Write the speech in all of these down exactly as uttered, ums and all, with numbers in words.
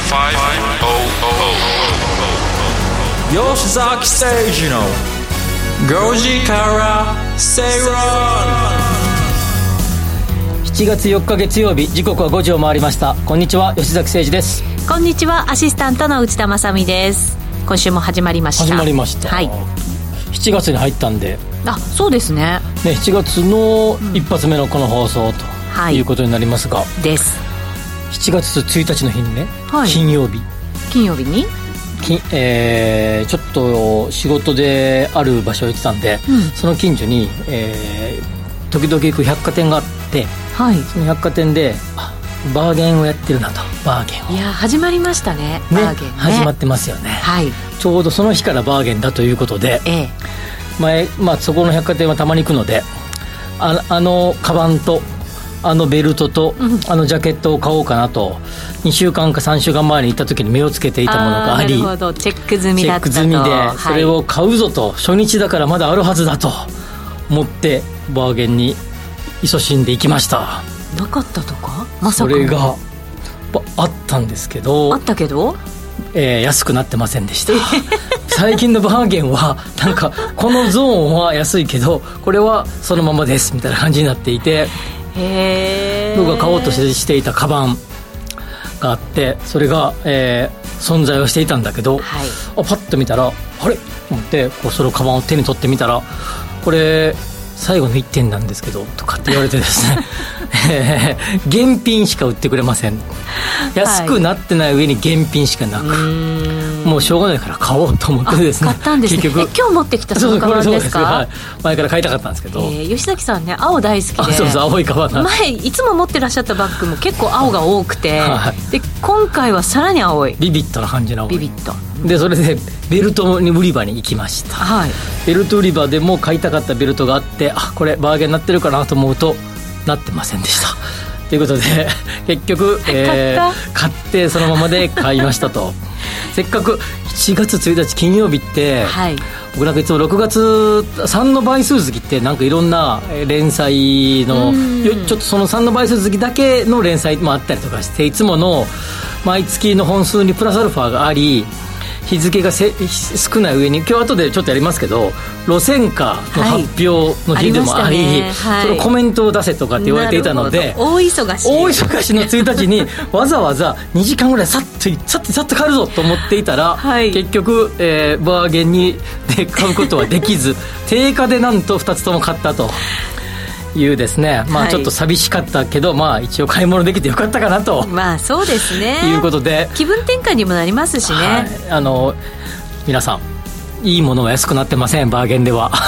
吉崎誠二のごじから正論。 しちがつよっか月曜日、時刻はごじを回りました。こんにちは、吉崎誠二です。 こんにちは、アシスタントの内田まさみです。今週も始まりました。 始まりました、 はい、 しちがつに入ったんで、 あ、そうですね。 ね、しちがつの一発目のこの放送と、 はい、 いうことになりますが、 です。 しちがつついたちの日にね、 はい、 金曜日金曜日にき、えー、ちょっと仕事である場所に行ってたんで、うん、その近所に、えー、時々行く百貨店があって、はい、その百貨店であバーゲンをやってるなと。バーゲンを、 いや始まりましたね、 ね、 バーゲンね、 始まってますよね、 はい、 ちょうどその日からバーゲンだということで、ええ、前、まあ、そこの百貨店はたまに行くので、 あ, あのカバンとあのベルトと、うん、あのジャケットを買おうかなとにしゅうかんかさんしゅうかんまえに行った時に目をつけていたものがあり、 あ、なるほど、チェック済みだったと。 チェック済みで、はい、それを買うぞと、初日だからまだあるはずだと思ってバーゲンに勤しんでいきました。 なかったとか、まさか。 それがあったんですけど、 あったけど、 えー、安くなってませんでした最近のバーゲンはなんかこのゾーンは安いけどこれはそのままですみたいな感じになっていて、 へー、 僕が買おうとしていたカバンがあって、それが、えー、存在をしていたんだけど、はい、あパッと見たらあれと思ってこうそのカバンを手に取ってみたら、これ最後のいってんなんですけどとかって言われてですねえー、現品しか売ってくれません。安くなってない上に現品しかなく、はい、もうしょうがないから買おうと思ってですね、 買ったんですね。結局今日持ってきたそのカバンですか。 そうそう、はい、前から買いたかったんですけど、 えー、吉崎さんね、青大好きで、 あ、そうそう、青いカバンなんです。 前いつも持ってらっしゃったバッグも結構青が多くて、はい、で今回はさらに青い、 ビビッドな感じの青い、 ビビッドで、それでベルトに売り場に行きました、はい、ベルト売り場でも買いたかったベルトがあって、あ、これバーゲンになってるかなと思うとなってませんでしたということで結局、えー、買ってそのままで買いましたとせっかくしちがつついたち金曜日って、はい、僕なんかいつもろくがつさんの倍数月ってなんかいろんな連載のちょっとそのさんの倍数月だけの連載もあったりとかして、いつもの毎月の本数にプラスアルファがあり、日付がせ少ない上に、今日後でちょっとやりますけど路線価の発表の日でもあり、はいありはい、そのコメントを出せとかって言われていたので、 大忙し大忙しのついたちにわざわざにじかんぐらいさっとさっとさっと買えるぞと思っていたら、はい、結局、えー、バーゲンにで買うことはできず定価でなんとふたつとも買ったというですね、まあ、ちょっと寂しかったけど、はい、まあ、一応買い物できてよかったかなと、 まあそうですね、 いうことで気分転換にもなりますしね、はい、 あの皆さんいいものは安くなってません、バーゲンでは。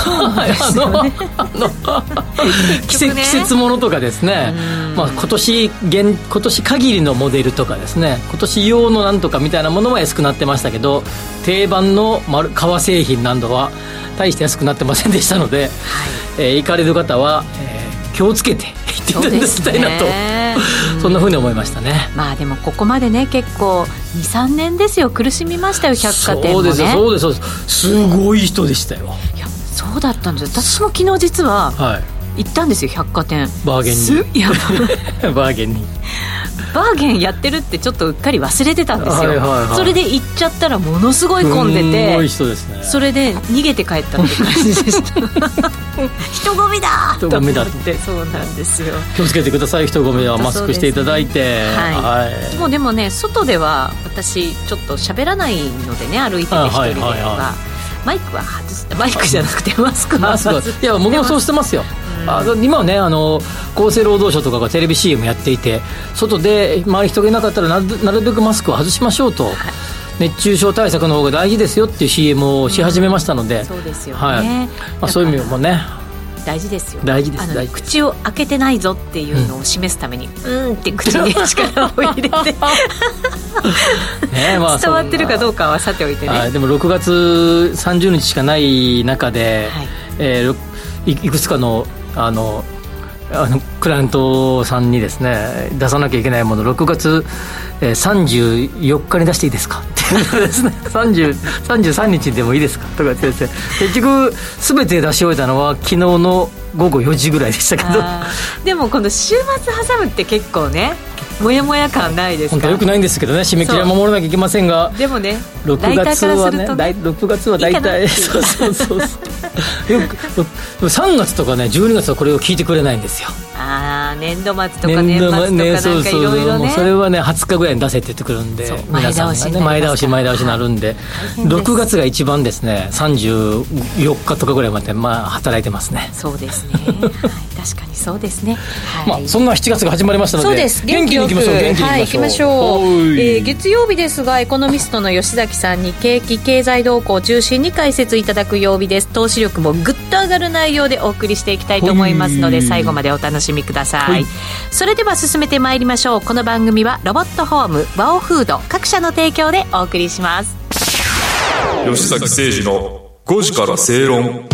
季節、季節ものとかですね、まあ、今年現今年限りのモデルとかですね、今年用のなんとかみたいなものは安くなってましたけど、定番の革製品などは大して安くなってませんでしたので、はい、えー、行かれる方は、えー気をつけて行っていただきたいなと、 そ, そんなふうに思いましたね。 まあでもここまでね結構 にさんねんですよ、苦しみましたよ、百貨店もね。 そうですよ、そうですそうです、すごい人でしたよ。 いやそうだったんです。私も昨日実は行ったんですよ、百貨店、 バーゲンに。いやバーゲンにバーゲンやってるってちょっっとうっかり忘れてたんですよ、はいはいはい、それで行っちゃったらものすごい混んでて、 すごい人ですね。 それで逃げて帰ったって感じでした人混みだ人混みだって。 そうなんですよ、 気をつけてください、人混みはマスクしていただいて、 はいはい、もうでもね外では私ちょっと喋らないのでね、歩いてて一人では、はいはいはい、マイクは外してマイクじゃなくてマスクは外して、 いや僕もそうしてますよ。あ今はね、あの厚生労働省とかがテレビ シーエム やっていて、外で周り人がいなかったら な, なるべくマスクを外しましょうと、はい、熱中症対策の方が大事ですよっていう シーエム をし始めましたので、 うん、そうですよね、 はい、まあ、そういう意味もね大事ですよ。 大事です、 あの大事。 口を開けてないぞっていうのを示すために、うん、うんって口に力を入れてね、まあ、伝わってるかどうかはさておいてね。 でもろくがつさんじゅうにちしかない中で、はい、えー、い, いくつかのあのあのクライアントさんにですね出さなきゃいけないもの、ろくがつさんじゅうよっかに出していいですかっていうのですねさんじゅう、さんじゅうさんにちでもいいですかとかってですね、結局全て出し終えたのは昨日の午後よじぐらいでしたけどでもこの週末挟むって結構ねもやもや感ないですか。 本当はよくないんですけどね、締め切りは守らなきゃいけませんが、 でもねろくがつはね、 ねろくがつは大体そうそうそうそうよくさんがつとかねじゅうにがつはこれを聞いてくれないんですよ。 あ年度末とか年末とかなんかいろいろね、 それはねはつかぐらいに出せって言ってくるんで、 前倒しになりますから、 ね、前倒し前倒しになるんで、はい、ろくがつが一番ですねさんじゅうよっかとかぐらいまで、まあ、働いてますね。 そうですね、はい、確かにそうですね、はい、 まあ、そんなしちがつが始まりましたので、そうです元気にいきましょう元気にいきましょう、 はい、行きましょう、えー、月曜日ですがエコノミストの吉崎さんに景気経済動向を中心に解説いただく曜日です。投資力もぐっと上がる内容でお送りしていきたいと思いますので最後までお楽しみください。それでは進めてまいりましょう。この番組はロボットホームワオフード各社の提供でお送りします。 吉崎誠二のごじから正論。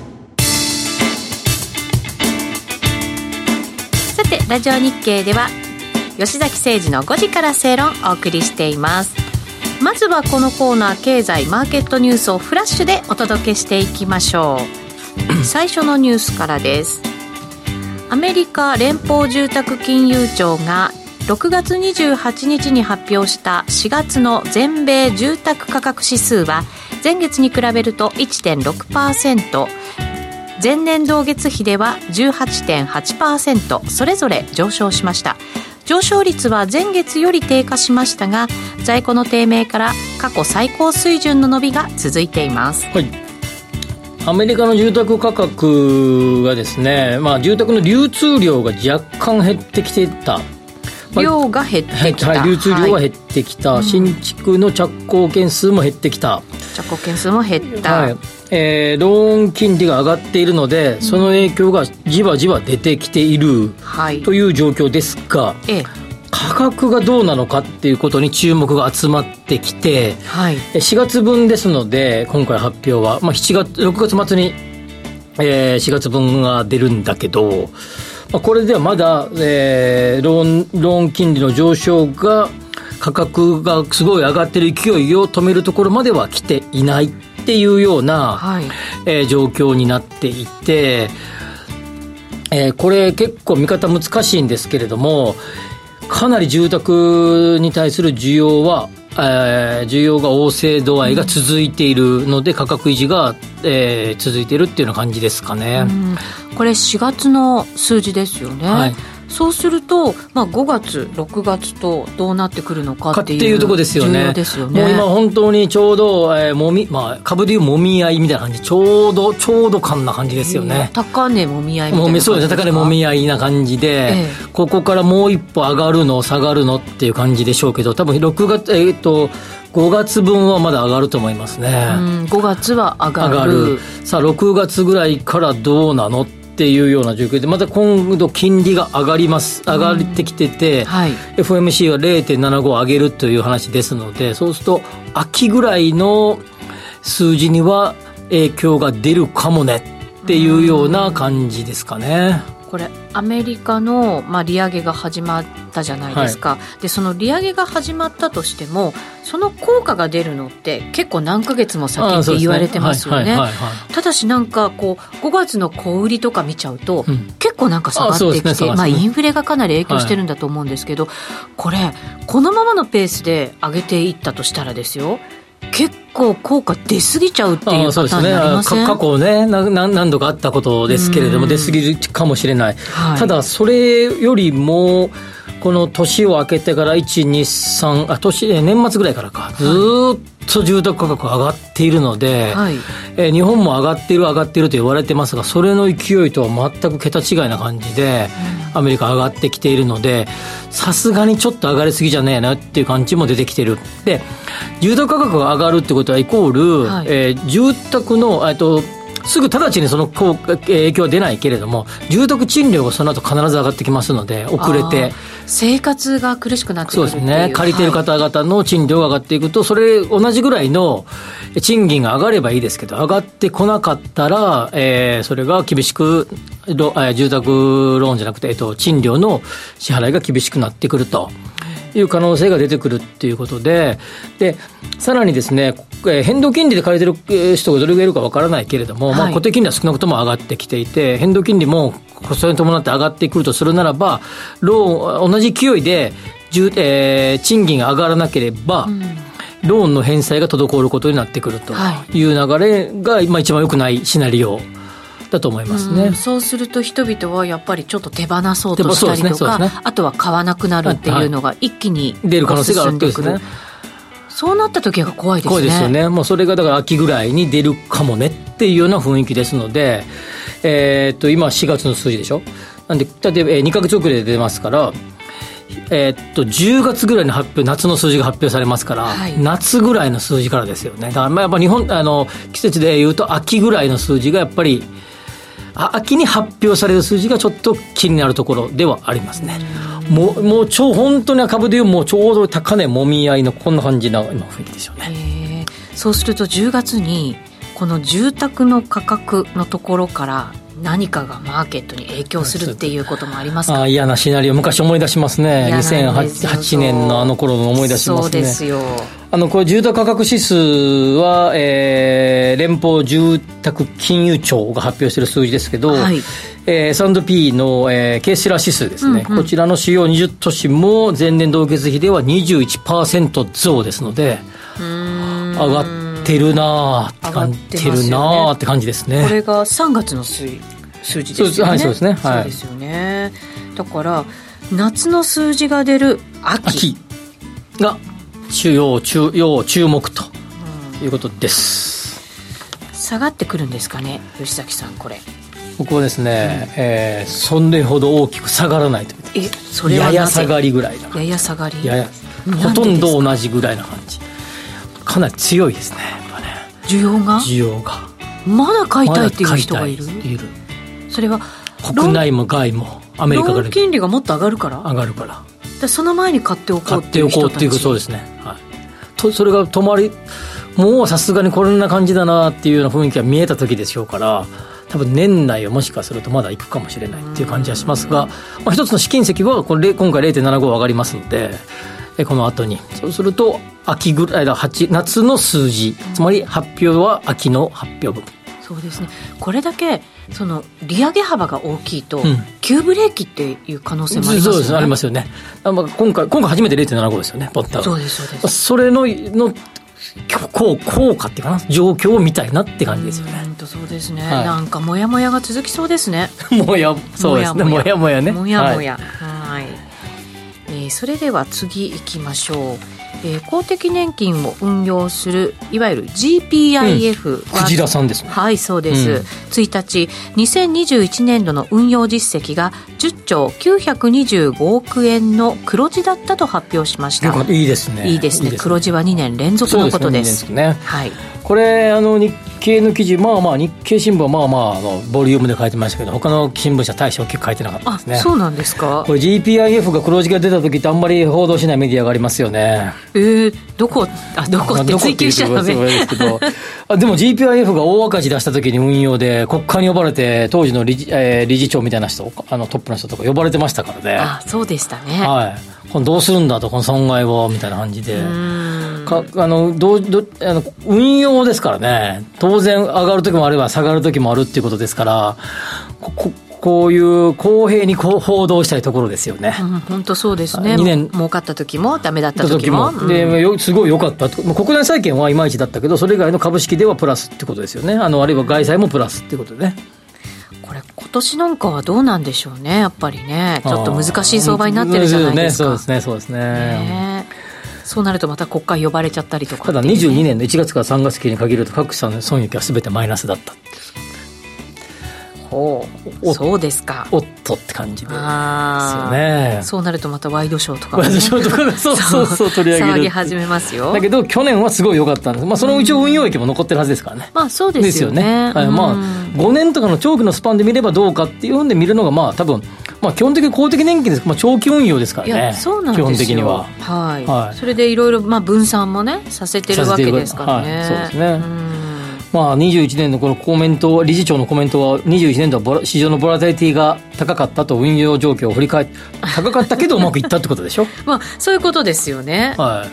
さてラジオ日経では吉崎誠二のごじから正論をお送りしています。まずはこのコーナー経済マーケットニュースをフラッシュでお届けしていきましょう最初のニュースからです。アメリカ連邦住宅金融庁がろくがつにじゅうはちにちに発表したしがつの全米住宅価格指数は前月に比べると いってんろくパーセント、前年同月比では じゅうはちてんはちパーセント それぞれ上昇しました。上昇率は前月より低下しましたが在庫の低迷から過去最高水準の伸びが続いています。 はい、アメリカの住宅価格がですね、まあ、住宅の流通量が若干減ってきていた、 量が減ってきた、 はい、流通量が減ってきた、はい、新築の着工件数も減ってきた、 着工件数も減った、 はいえー、ローン金利が上がっているので、うん、その影響がじわじわ出てきている、はい、という状況ですが、ええ、価格がどうなのかっていうことに注目が集まってきて、はい、しがつ分ですので今回発表は、まあ、しちがつろくがつ末に、えー、しがつ分が出るんだけど、まあ、これではまだ、えー、ローン、ローン金利の上昇が価格がすごい上がっている勢いを止めるところまでは来ていないっていうような、はいえー、状況になっていて、えー、これ結構見方難しいんですけれども、かなり住宅に対する需要は、えー、需要が旺盛度合いが続いているので、うん、価格維持が、えー、続いているっていうような感じですかね。うん、 これしがつの数字ですよね。はい、そうすると、まあ、ごがつろくがつとどうなってくるのかっていうっていうところですよね。 ですよね。 もう今本当にちょうど、えーもみまあ、株でいうもみ合いみたいな感じ、ちょうどちょうど感な感じですよね。 高値もみ合いみたいな感じですか。 そうですね、高値もみ合いな感じで、ええ、ここからもう一歩上がるの下がるのっていう感じでしょうけど、多分ろくがつ、えー、っとごがつ分はまだ上がると思いますね。 うん、ごがつは上がる。上がる。 さあろくがつぐらいからどうなのっていうような状況で、また今度金利が上がります。上がってきてて、うんはい、エフオーエムシー は れいてんななご 上げるという話ですので、そうすると秋ぐらいの数字には影響が出るかもねっていうような感じですかね。 これアメリカの、まあ、利上げが始まったじゃないですか、はい、でその利上げが始まったとしてもその効果が出るのって結構何ヶ月も先って言われてますよね。ただしなんかこうごがつの小売りとか見ちゃうと、うん、結構なんか下がってきて、ねまあ、インフレがかなり影響してるんだと思うんですけど、はい、これこのままのペースで上げていったとしたらですよ、結構効果出過ぎちゃうっていうパターンになりません？ ね、過去ね何度かあったことですけれども出過ぎるかもしれない、はい、ただそれよりもこの年を明けてからいち、に、さんあ年年末ぐらいからかずーっと住宅価格上がっているので、はいえー、日本も上がっている上がっていると言われてますが、それの勢いとは全く桁違いな感じで、うん、アメリカ上がってきているので、さすがにちょっと上がりすぎじゃねえなっていう感じも出てきている。で住宅価格が上がるってことはイコール、はいえー、住宅のえっとすぐ直ちにその影響は出ないけれども、住宅賃料がその後必ず上がってきますので、遅れて生活が苦しくなってくるっていう。 そうですね、借りている方々の賃料が上がっていくと、それ同じぐらいの賃金が上がればいいですけど、上がってこなかったら、えー、それが厳しく住宅ローンじゃなくて、えっと、賃料の支払いが厳しくなってくるという可能性が出てくるっていうことで、でさらにですね、変動金利で借りてる人がどれぐらいいるかわからないけれども、はい、まあ、固定金利は少なくとも上がってきていて、変動金利もそれに伴って上がってくるとするならば、ローン同じ勢いで、えー、賃金が上がらなければ、うん、ローンの返済が滞ることになってくるという流れが、まあ、一番良くないシナリオだと思いますね。 うん、そうすると人々はやっぱりちょっと手放そうとしたりとか、ねね、あとは買わなくなるっていうのが一気に出る可能性があるってことですね。 そうなった時が怖いですね。 怖いですよね。もうそれがだから秋ぐらいに出るかもねっていうような雰囲気ですので、えー、っと今しがつの数字でしょ。なんで例えばにかげつ遅れで出ますから、えー、っとじゅうがつぐらいの発表、夏の数字が発表されますから、はい、夏ぐらいの数字からですよね。だからまあやっぱ日本あの季節でいうと秋ぐらいの数字がやっぱり秋に発表される数字がちょっと気になるところではありますね。もう、もう超本当に株でいうもうちょうど高値もみ合いのこんな感じの雰囲気ですよね。 そうするとじゅうがつにこの住宅の価格のところから何かがマーケットに影響するっていうこともありますか？ あ、嫌なシナリオ昔思い出しますね。にせんはちねんのあの頃の思い出しますね。 そうですよ。 あのこれ住宅価格指数は、えー、連邦住宅金融庁が発表している数字ですけど、はい、えー、エスアンドピー の、えー、ケーシラ指数ですね、うんうん、こちらの主要にじゅう都市も前年同月比では にじゅういちパーセント 増ですので、うーん、上がってるなーって感じ、てるなーって感じですね。 これがさんがつの数数字ですよね。 はい、そうですね、はい、 そうですよね。だから夏の数字が出る秋、 秋が主要 注, 要注目ということです、 うん、下がってくるんですかね、吉崎さん。これ僕はですね、うん、えー、それほど大きく下がらないと思ってます。 え、それはやや下がりぐらいな。 やや下がり、 ややほとんど同じぐらいな感じ。かなり強いですね、やっぱね。 需要が需要がまだ買いたいっていう人がいる。 まだ買いたいいる。 それは国内も外もアメリカからローン金利がもっと上がるから上がるからで、その前に買っておこうっていう人たち、買っておこうっていう、 そうですね、はい、とそれが止まり、もうさすがにこんな感じだなっていうような雰囲気が見えた時でしょうから、多分年内はもしかするとまだ行くかもしれないっていう感じはしますが、まあ、一つの試金石はこれ今回 ゼロテンななご 上がりますので、えこの後にそうすると秋ぐらいだ、夏の数字、つまり発表は秋の発表分。 そうですね。これだけその利上げ幅が大きいと、うん、急ブレーキっていう可能性もありますよね。 そうです、ありますよね。あ、まあ、今回今回初めて ゼロテンななご ですよね、ポッター。 そうですそうです。 それのの効果っていうかな、状況を見たいなって感じですよね。 うんと、そうですね、はい、なんかモヤモヤが続きそうですね。 もやそうですね、モヤモヤね、 モヤモヤ、はい、はい、えー、それでは次行きましょう。えー、公的年金を運用するいわゆる ジーピーアイエフは、 うん、クジラさんですね。 はい、そうです、うん、ついたちにせんにじゅういちねんどの運用実績がじゅっちょうきゅうひゃくにじゅうごおくえんの黒字だったと発表しました。 いいですね、 いいですね、いいですね。黒字はにねん連続のことです。 そうですね、にねんですね、 はい、 これあの日経の記事、まあまあ日経新聞はまあまああのボリュームで書いてましたけど、他の新聞社は大して大きく書いてなかったですね。 あ、そうなんですか。 これ ジーピーアイエフ が黒字が出た時ってあんまり報道しないメディアがありますよね。 えー、どこあどこって追求しちゃダメですけどあ、でも ジーピーアイエフ が大赤字出した時に運用で国会に呼ばれて、当時の理事、えー、理事長みたいな人、あのトップの人とか呼ばれてましたからね。 あ、そうでしたね。 はい、これどうするんだと、この損害をみたいな感じで、かあのどうどあの運用ですからね、当然上がる時もあれば下がる時もあるっていうことですから、ここういう公平にこう報道したいところですよね。 本当、うん、そうですね。にねん儲かった時もダメだった時も、 時もで、うん、すごい良かったと。国内債券はいまいちだったけど、それ以外の株式ではプラスってことですよね。あのあるいは外債もプラスってことでね。 これ今年なんかはどうなんでしょうね。やっぱりね、ちょっと難しい相場になってるじゃないですか。 そうですね、そうですね、ね。 そうなるとまた国会呼ばれちゃったりとか、ね、 ただにじゅうにねんのいちがつからさんがつ期に限ると各社の損益は全てマイナスだったって。 ほう、そうですか。 おっとって感じですよね。 そうなるとまたワイドショーとか、ね、 ワイドショーとかがそうそうそう取り上げる、 騒ぎ始めますよ。 だけど去年はすごい良かったんです、まあ、その一応運用益も残ってるはずですからね。 まあそうですよね。 ですよね、はい、まあ、ごねんとかの長期のスパンで見ればどうかっていうんで見るのが、まあ多分、まあ、基本的に公的年金です、まあ、長期運用ですからね。いや、そうなんですよ、基本的には、 はいはい、それでいろいろ分散もねさせてるわけですからね。 そうですね。 まあ、にじゅういちねんのこのコメント、理事長のコメントはにじゅういちねん度は市場のボラテリティが高かったと運用状況を振り返って高かったけどうまくいったってことでしょまあそういうことですよね。 はい、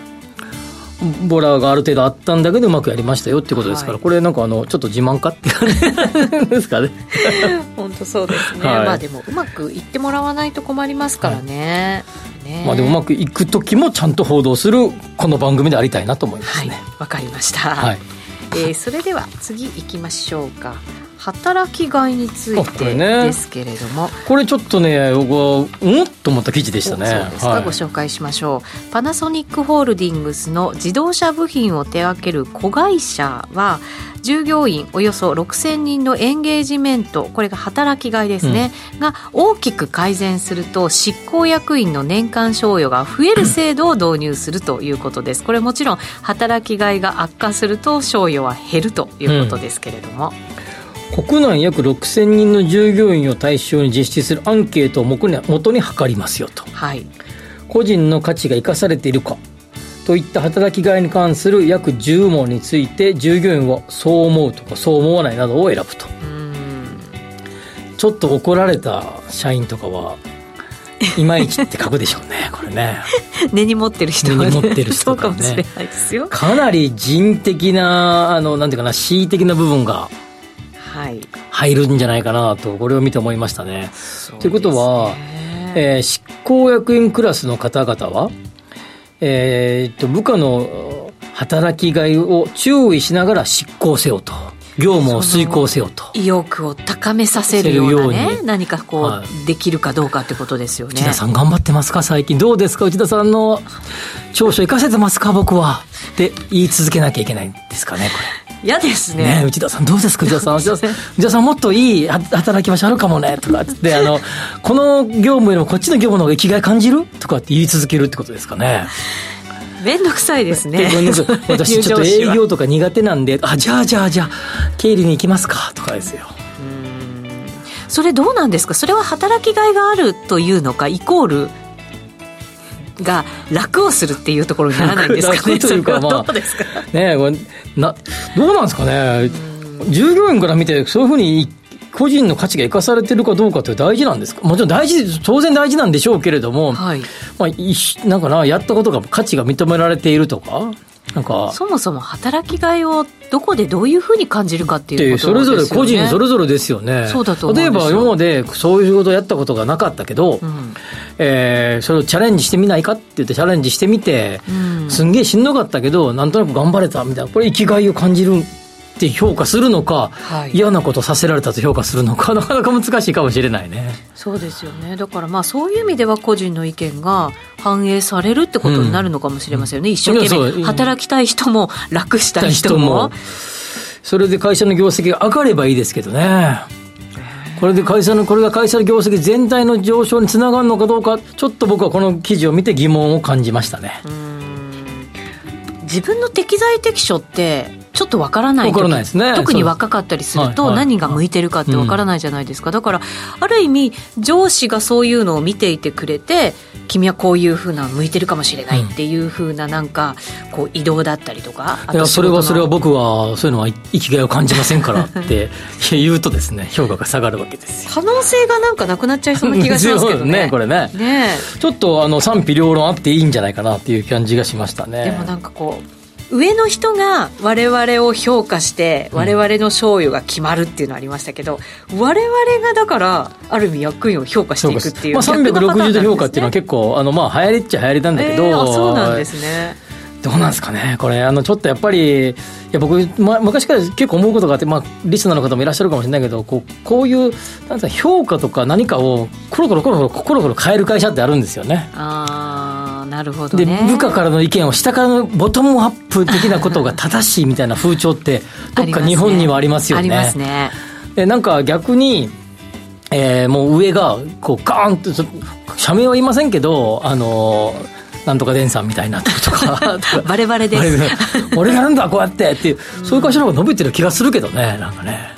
ボラがある程度あったんだけどうまくやりましたよってことですから、はい、これなんかあのちょっと自慢かっていう感じですかね本当そうですね、はい、まあでもうまくいってもらわないと困りますからね、はいね、 まあ、でもうまくいく時もちゃんと報道するこの番組でありたいなと思いますね。 はい、わかりました、 はい、 えー、それでは次行きましょうか。働きがいについてですけれども、 こ, れ、ね、これちょっとね僕はうんと思った記事でしたね。 そうですか、はい、ご紹介しましょう。パナソニックホールディングスの自動車部品を手掛ける子会社は従業員およそろくせんにんのエンゲージメント、これが働きがいですね、うん、が大きく改善すると執行役員の年間賞与が増える制度を導入するということです。これもちろん働きがいが悪化すると賞与は減るということですけれども、 うん、国内約ろくせんにんの従業員を対象に実施するアンケートをもとに測りますよと、 はい、 個人の価値が生かされているかといった働きがいに関する約じゅう問について従業員はそう思うとかそう思わないなどを選ぶと。うーん、ちょっと怒られた社員とかはいまいちって書くでしょうねこれね根に持ってる人は、ね、 根に持ってる人とかね、 そうかもしれないですよ。 かなり人的なあのなんていうかな恣意的な部分が入るんじゃないかなとこれを見て思いましたね。ということは、えー、執行役員クラスの方々はえー、と部下の働きがいを注意しながら執行せよと、業務を遂行せよと、 意欲を高めさせるようなね、何かこう、はい、できるかどうかってことですよね。 内田さん頑張ってますか最近、どうですか内田さんの長所生かせてますか僕はって言い続けなきゃいけないんですかねこれ。 嫌です ね, ね内田さんどうですか内田さん内田さん内田さんもっといい働き場所あるかもねとかってあのこの業務よりもこっちの業務の方が生きがい感じるとかって言い続けるってことですかね。 めんどくさいですね私ちょっと営業とか苦手なんであじゃあじゃあじゃあ経理に行きますかとかですよ。 うーん、それどうなんですか。それは働きがいがあるというのかイコールが楽をするっていうところにならないんですかね。 楽というか、まあ、 どうですかね、これなどうなんですかね。従業員から見てそういうふうに個人の価値が生かされてるかどうかって大事なんですか。もちろん大事、当然大事なんでしょうけれども、はい、まあ、なんかなやったことが価値が認められているとか、なんかそもそも働きがいをどこでどういうふうに感じるかっていうことですよね。 それぞれ個人それぞれですよね。 そうだと思うんですよ。 例えば今までそういうことをやったことがなかったけど、うん、えー、それをチャレンジしてみないかって言ってチャレンジしてみて、うん、すんげえしんどかったけどなんとなく頑張れたみたいな、これ生きがいを感じるって評価するのか、はい、嫌なことさせられたと評価するのかなかなか難しいかもしれないね。 そうですよね。だからまあそういう意味では個人の意見が反映されるってことになるのかもしれませんよね、うん、一生懸命働きたい人も楽したい人も、 それで会社の業績が上がればいいですけどね。これで会社のこれが会社の業績全体の上昇につながるのかどうか、ちょっと僕はこの記事を見て疑問を感じましたね。うーん、自分の適材適所ってちょっとわからない時、 ないですね、 特に若かったりすると何が向いてるかってわからないじゃないですか、はいはい、だからある意味上司がそういうのを見ていてくれて、君はこういう風な向いてるかもしれないっていう風ななんかこう移動だったりとか、 いやそれはそれは僕はそういうのは生きがいを感じませんからって言うとですね評価が下がるわけですよ。 可能性がなんかなくなっちゃいそうな気がしますけどねねこれ ね, ねちょっとあの賛否両論あっていいんじゃないかなっていう感じがしましたね。 でもなんかこう上の人が我々を評価して我々の賞与が決まるっていうのありましたけど、うん、我々がだからある意味役員を評価していくっていう、 まあ、さんびゃくろくじゅうど評価っていうのは結構あのまあ流行りっちゃ流行りなんだけど、 えー、あそうなんですね。 どうなんですかねこれあのちょっとやっぱりいや僕、ま、昔から結構思うことがあって、まあ、リスナーの方もいらっしゃるかもしれないけどこう、こういうなんか評価とか何かをコロコロコロコロコロコロ変える会社ってあるんですよね。 あなるほどね。 で部下からの意見を下からのボトムアップ的なことが正しいみたいな風潮ってどっか日本にはありますよね。 ありますね。 でなんか逆に、えー、もう上がこうガーンと社名は言いませんけどあのーなんとか電産みたいなとかバレバレです俺がやるんだこうやってっていう、うん、そういう会社の方が伸びてる気がするけどねなんかね。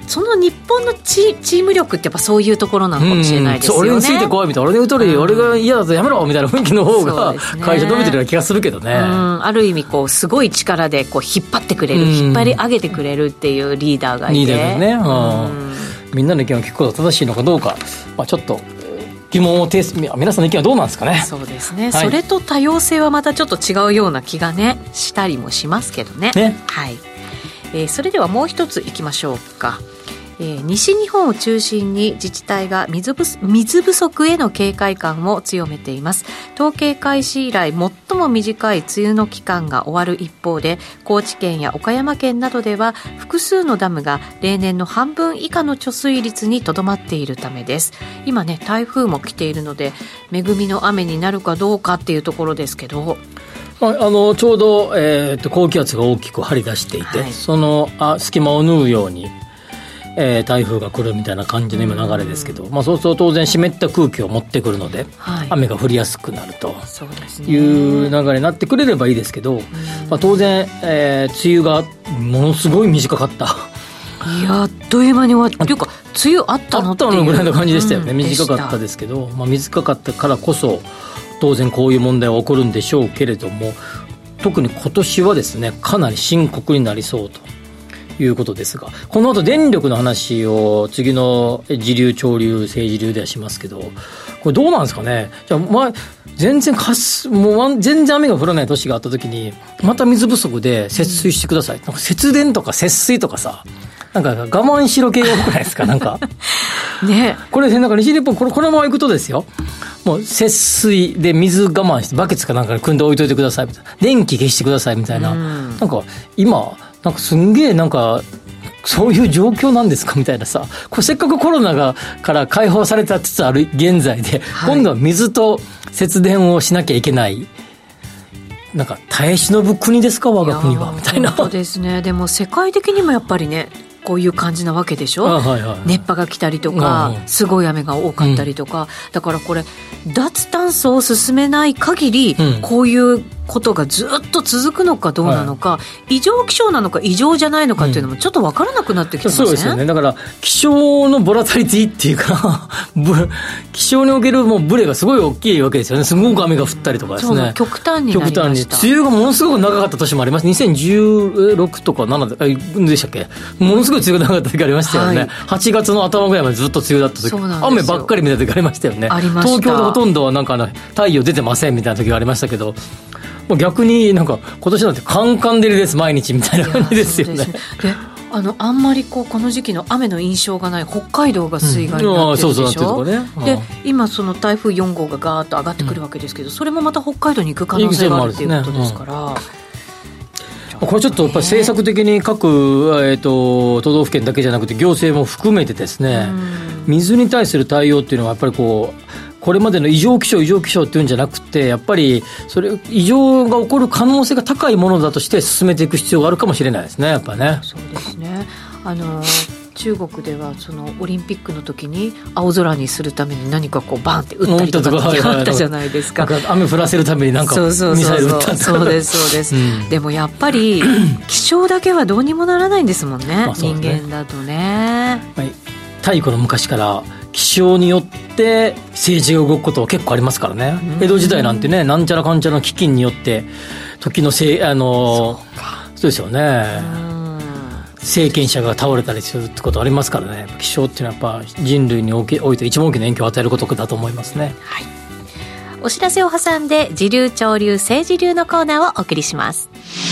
その日本のチ、チーム力ってやっぱそういうところなのかもしれないですよね。 俺について怖いみたいな、俺の言う通り、うん、俺が嫌だとやめろみたいな雰囲気の方が会社伸びてるような気がするけどね。うん、 ある意味こうすごい力でこう引っ張ってくれる、うん、引っ張り上げてくれるっていうリーダーがいて、 リーダーがね、うん、みんなの意見を聞くことが正しいのかどうか、まあ、ちょっと疑問を呈す、皆さんの意見はどうなんですかね。 そうですね、はい、それと多様性はまたちょっと違うような気がねしたりもしますけど ね, ね、はい。えー、それではもう一ついきましょうか。えー、西日本を中心に自治体が 水不、水不足への警戒感を強めています。統計開始以来最も短い梅雨の期間が終わる一方で、高知県や岡山県などでは複数のダムが例年の半分以下の貯水率にとどまっているためです。今ね台風も来ているので恵みの雨になるかどうかっていうところですけど、 あのちょうど、えー、と高気圧が大きく張り出していて、はい、そのあ隙間を縫うように、えー、台風が来るみたいな感じの今流れですけど、まあ、そうすると当然湿った空気を持ってくるので、はい、雨が降りやすくなるという流れになってくれればいいですけど、まあ、当然、えー、梅雨がものすごい短かったいやあっという間に終わったというか梅雨あったのっていうあったのぐらいの感じでしたよね、うん、短かったですけど、まあ、短かったからこそ当然こういう問題は起こるんでしょうけれども、特に今年はですねかなり深刻になりそうということですが、この後電力の話を次の時流潮流政治流ではしますけど、これどうなんですかね。じゃあ、まあ、全然かすもう全然雨が降らない年があった時にまた水不足で節水してください、うん、なんか節電とか節水とかさ、なんか我慢しろ系多くないですかなんかね、 これなんか西日本これこのまま行くとですよ、もう節水で水我慢してバケツかなんかに汲んで置いといてくださいみたいな、電気消してくださいみたいな、うん、なんか今なんかすんげえなんかそういう状況なんですかみたいなさ、これせっかくコロナがから解放されたつつある現在で、はい、今度は水と節電をしなきゃいけない、なんか耐え忍ぶ国ですか我が国はみたいな。 そうですね。でも世界的にもやっぱりねこういう感じなわけでしょ、はいはいはい、熱波が来たりとか、うん、すごい雨が多かったりとか、うん、だからこれ脱炭素を進めない限り、うん、こういうことがずっと続くのかどうなのか、はい、異常気象なのか異常じゃないのかっていうのもちょっと分からなくなってきてません、 うん、そうですよね。だから気象のボラタリティっていうか気象におけるもうブレがすごい大きいわけですよね。すごく雨が降ったりとかですね、 極端になりました。極端に梅雨がものすごく長かった年もあります。にせんじゅうろくとかななででしたっけ、ものすごい梅雨が長かった時ありましたよね、はい、はちがつの頭ぐらいまでずっと梅雨だった時、雨ばっかりみたいな時ありましたよね。 ありました。 東京でほとんどなんかあの太陽出てませんみたいな時がありましたけど、もう逆になんか今年なんてカンカン照りです毎日みたいな感じですよね。であのあんまりこうこの時期の雨の印象がない北海道が水害になってるでしょ、うんね、で今その台風よん号がガーッと上がってくるわけですけど、うん、それもまた北海道に行く可能性があるということですから、うんこれちょっとやっぱり政策的に各、えー、と都道府県だけじゃなくて行政も含めてですね、水に対する対応っていうのはやっぱりこうこれまでの異常気象異常気象っていうんじゃなくて、やっぱりそれ異常が起こる可能性が高いものだとして進めていく必要があるかもしれないですね。やっぱね。 そうですね。あの中国ではそのオリンピックの時に青空にするために何かこうバンって撃ったりとか時があったじゃないですか。 なんか雨降らせるためになんかミサイル撃ったとか。 そうですそうです、うん、でもやっぱり気象だけはどうにもならないんですもん ね, まあそうですね人間だとね、 はい、太古の昔から気象によって政治が動くことは結構ありますからね、うん、江戸時代なんてねなんちゃらかんちゃらの飢饉によって時のせいあの そ, そうですよね、うん政権者が倒れたりするってことありますからね。気象っていうのはやっぱ人類において一番大きな影響を与えることだと思いますね、 はい、お知らせを挟んで時流潮流政治流のコーナーをお送りします。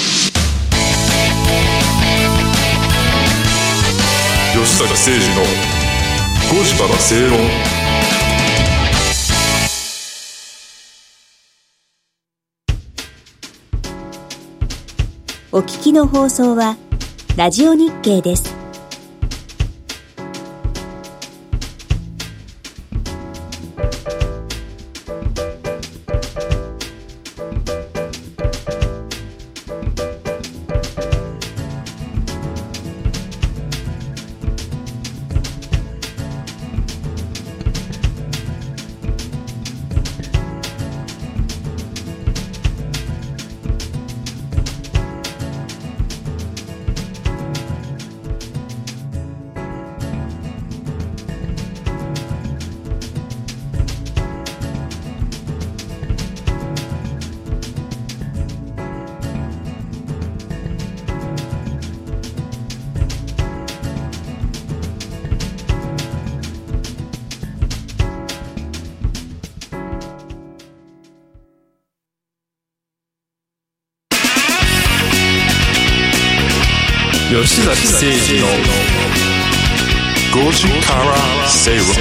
吉坂誠二のごじから正論。 お聞きの放送はラジオ日経です。 吉崎誠二のごじから正論。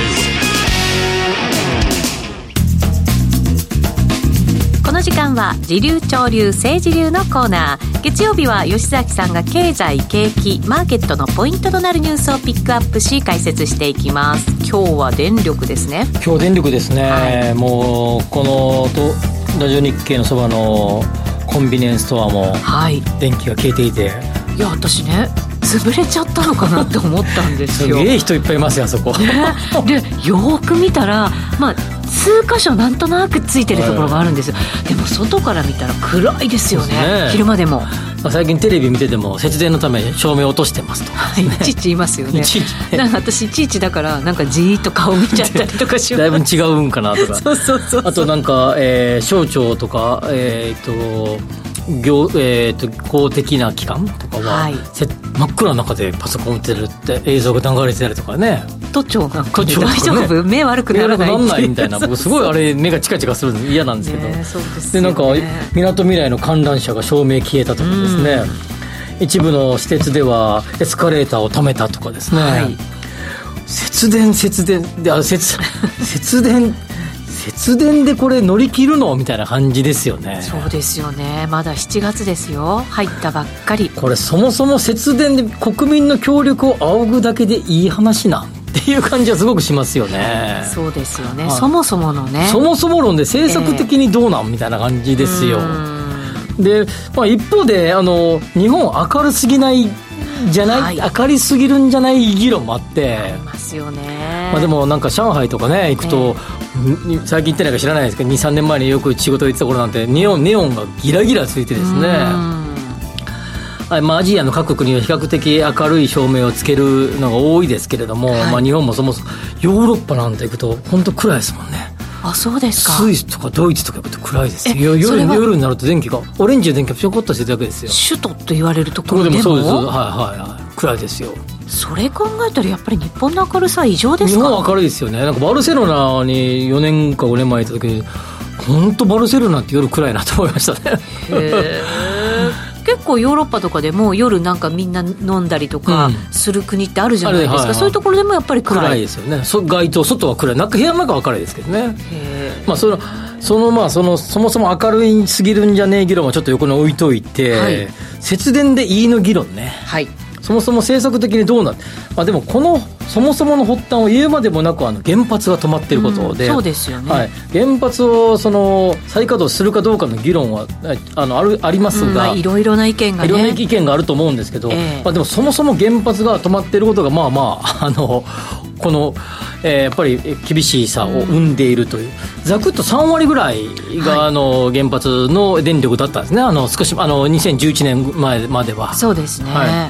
この時間は時流潮流政治流のコーナー。月曜日は吉崎さんが経済景気マーケットのポイントとなるニュースをピックアップし解説していきます。今日は電力ですね。 今日電力ですね、はい、もうこのとラジオ日経のそばのコンビニエンスストアも電気が消えていて、はい、 いや私ね潰れちゃったのかなって思ったんですよ。 すげえ人いっぱいいますよあそこ、ね、 でよーく見たらまあ数箇所なんとなくついてるところがあるんですよ、はい、でも外から見たら暗いですよ ね, ね昼間でも。 最近テレビ見てても節電のため照明落としてますとか、ね、 いちいち言いますよね。いちいちね、なんか私いちいちだからなんかじーっと顔見ちゃったりとかしますだいぶ違うんかなとかそうそうそうそう。 あとなんか、えー、省庁とか、えー、と業、えー、と公的な機関とかは、はい、真っ暗な中でパソコン打ってるって映像が流れてたりとかね。 都庁なんかで大丈夫、ね、目悪くならない目悪くならないみたいな僕すごいあれ目がチカチカするの嫌なんですけど、 ね、そうですよね。 でなんかみなとみらいの観覧車が照明消えたとかですね、一部の私鉄ではエスカレーターを止めたとかですね、はい、節電節電であ節節電節電でこれ乗り切るのみたいな感じですよね。 そうですよね。まだしちがつですよ。入ったばっかり。 これそもそも節電で国民の協力を仰ぐだけでいい話なんっていう感じはすごくしますよね。 そうですよね、はい、そもそものねそもそも論で政策的にどうなん、えー、みたいな感じですよ。で、まあ、一方であの日本明るすぎないじゃない、はい、明るすぎるんじゃない議論もあってありますよね。 まあ、でもなんか上海とかね行くと、えー、最近行ってないか知らないですけど にさんねんまえによく仕事行ってた頃なんてネオン、ネオンがギラギラついてですね、はい、まあ、アジアの各国には比較的明るい照明をつけるのが多いですけれども、はい、まあ、日本もそもそもヨーロッパなんて行くと本当暗いですもんね。 あ、そうですか。 スイスとかドイツとかやっぱ暗いですよ。夜, 夜になると電気がオレンジの電気がピョコッとしてるだけですよ。 首都と言われるところでもそうです、はいはいはい、暗いですよ。 それ考えたらやっぱり日本の明るさは異常ですか。 日本は明るいですよね。なんかバルセロナによねんかごねんまえ行った時に本当バルセロナって夜暗いなと思いましたね。 へ結構ヨーロッパとかでも夜なんかみんな飲んだりとかする国ってあるじゃないですか、うん、はいはい、そういうところでもやっぱり暗い。 暗いですよね。そ街灯外は暗い、なんか部屋の中は明るいですけどね。まあ、そのそのまあそのそもそも明るいすぎるんじゃねえ議論はちょっと横に置いといて、はい、節電でいいの議論ね、はい、そもそも政策的にどうなって、まあ、でもこのそもそもの発端を言うまでもなくあの原発が止まっていることで、 うん、そうですよね、 はい、原発をその再稼働するかどうかの議論は あ, の あ, るありますが、うん、まあ、 いろいろな意見がね、 いろんな意見があると思うんですけど、えーまあ、でもそもそも原発が止まっていることがまあまああのこの、えー、やっぱり厳しさを生んでいるという、うん、ざくっとさんわりぐらいが、はい、あの原発の電力だったんですね。あの少しあのにせんじゅういちねんまえまでは。 そうですね、はい、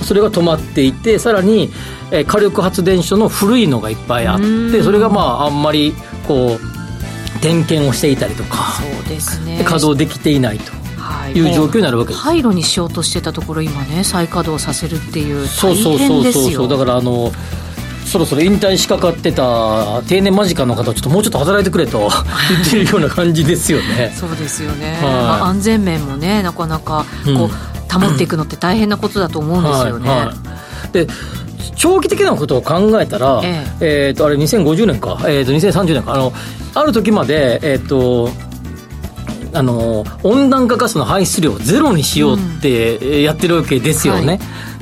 それが止まっていて、さらに、えー、火力発電所の古いのがいっぱいあって、それがまああんまりこう点検をしていたりとか、 そうですね、 稼働できていないという状況になるわけです。 廃炉にしようとしてたところ今ね再稼働させるっていう大変ですよ。 そうそうそうそう。だからあのそろそろ引退しかかってた定年間近の方ちょっともうちょっと働いてくれと言ってるような感じですよね。 そうですよね、はい、まあ、安全面もねなかなかこう、うん、保っていくのって大変なことだと思うんですよね、はいはい、で長期的なことを考えたら、えええー、とあれにせんごじゅうねんか、えー、とにせんさんじゅうねんか、あのある時まで、えー、とあの温暖化ガスの排出量をゼロにしようってやってるわけですよね、うん、はい、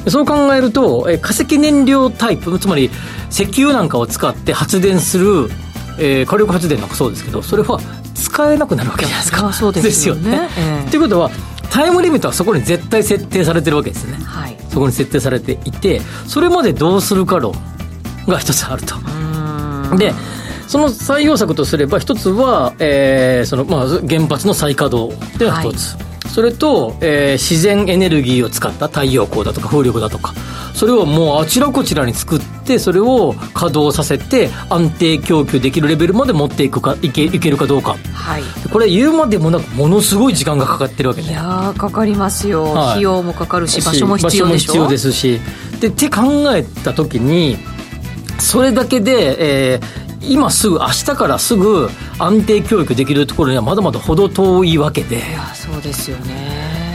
そう考えると、え化石燃料タイプ、つまり石油なんかを使って発電する、えー、火力発電なんかそうですけど、それは使えなくなるわけじゃないですか。 そうですよね。ですよね。 えー、ということはタイムリミットはそこに絶対設定されてるわけですね、はい、そこに設定されていて、それまでどうするか論が一つあると。うーん、でその採用策とすれば一つは、えーそのまあ、原発の再稼働では一つ、はい、それと、えー、自然エネルギーを使った太陽光だとか風力だとか、それをもうあちらこちらに作ってそれを稼働させて安定供給できるレベルまで持っていくかいけ、いけるかどうか、はい、これ言うまでもなくものすごい時間がかかってるわけね。 いやかかりますよ、はい、費用もかかるし場所も必要でしょ。 場所も必要ですし、でって考えた時にそれだけで、えー今すぐ明日からすぐ安定教育できるところにはまだまだ程遠いわけで。いやそうですよね。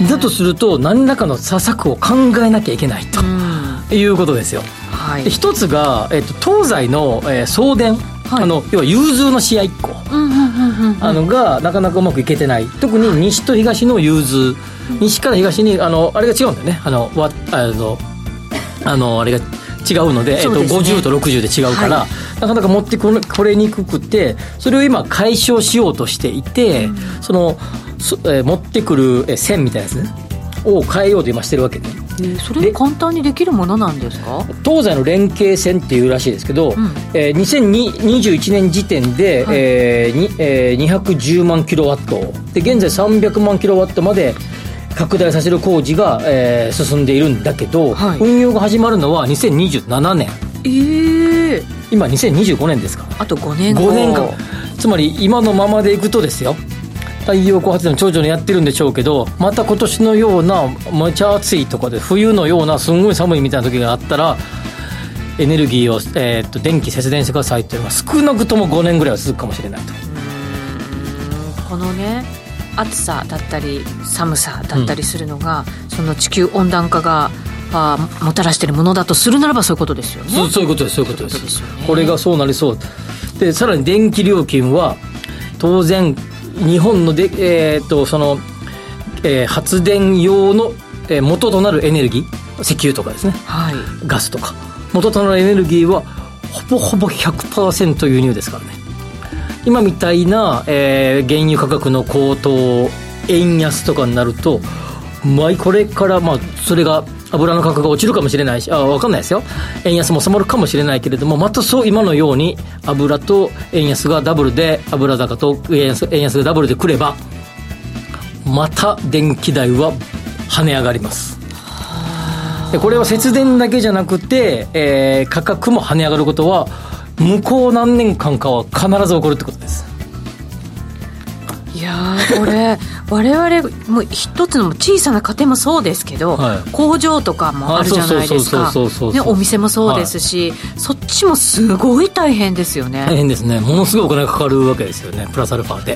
だとすると何らかの策を考えなきゃいけないということですよ、はい、で一つが、えっと、東西の、えー、送電、はい、あの要は融通の試合いっこ、うんうんうんうん、あのがなかなかうまくいけてない。特に西と東の融通、はい、西から東にあのあれが違うんだよね、あのわあのあのあれが違うの で, で、ね、えっと、ごじゅうとろくじゅうで違うから、はい、なかなか持ってこれにくくて、それを今解消しようとしていて、うん、そのそ、えー、持ってくる線みたいなやつ、ね、を変えようと今してるわけね。 えー、それ簡単にできるものなんですか？ 東西の連携線っていうらしいですけど、うん、えー、にせんにじゅういちねん時点で、はい、えーにえー、にひゃくじゅうまんキロワットで、現在さんびゃくまんキロワットまで拡大させる工事が、えー、進んでいるんだけど、はい、運用が始まるのはにせんにじゅうななねん、 えー、 今にせんにじゅうごねんですから、 あとごねんご、 ごねんかん、つまり今のままでいくとですよ、太陽光発電徐々にやってるんでしょうけど、また今年のようなめちゃ暑いとかで冬のようなすんごい寒いみたいな時があったら、エネルギーを、えー、っと電気節電してくださいっていうのが少なくともごねんぐらいは続くかもしれないと。 うーん、このね暑さだったり寒さだったりするのが、うん、その地球温暖化があもたらしているものだとするならばそういうことですよね。 そう、そういうことです、そういうことです。これがそうなりそうで、さらに電気料金は当然日本ので、えー、とその、えー、発電用の、えー、元となるエネルギー、石油とかですね、はい、ガスとか元となるエネルギーはほぼほぼ ひゃくパーセント 輸入ですからね。今みたいな、えー、原油価格の高騰、円安とかになると、まあ、これから、まあ、それが油の価格が落ちるかもしれないし、あ、分かんないですよ、円安も収まるかもしれないけれども、またそう今のように油と円安がダブルで、油高と円安、円安がダブルでくれば、また電気代は跳ね上がります。でこれは節電だけじゃなくて、えー、価格も跳ね上がることは向こう何年間かは必ず起こるってことです。 いやー、これ我々もう一つの小さな家庭もそうですけど、はい、工場とかもあるじゃないですか、お店もそうですし、はい、そっちもすごい大変ですよね。 大変ですね。ものすごいお金がかかるわけですよね、プラスアルファで。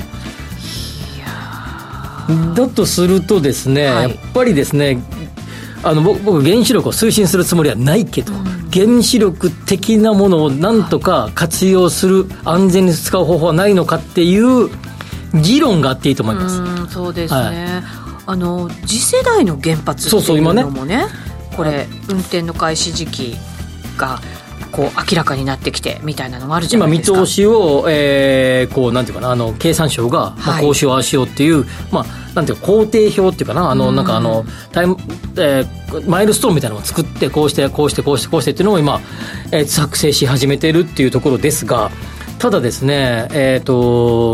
いやだとするとですね、はい、やっぱりですね、あの 僕, 僕原子力を推進するつもりはないけど、うん、原子力的なものをなんとか活用する、安全に使う方法はないのかっていう議論があっていいと思います。 うん、そうですね、はい、あの次世代の原発っていうのも ね, ねこれ運転の開始時期がこう明らかになってきてみたいなのもあるじゃないですか。 今見通しを、えー、こうなんていうかな、あの経産省が、まあ、こうしようああしようっていう、まあなんていうか工程表っていうかな、あのなんかあのタイム、えー、マイルストーンみたいなのを作って、こうしてこうしてこうしてこうしてっていうのを今、えー、作成し始めているっていうところですが、ただですね、えっと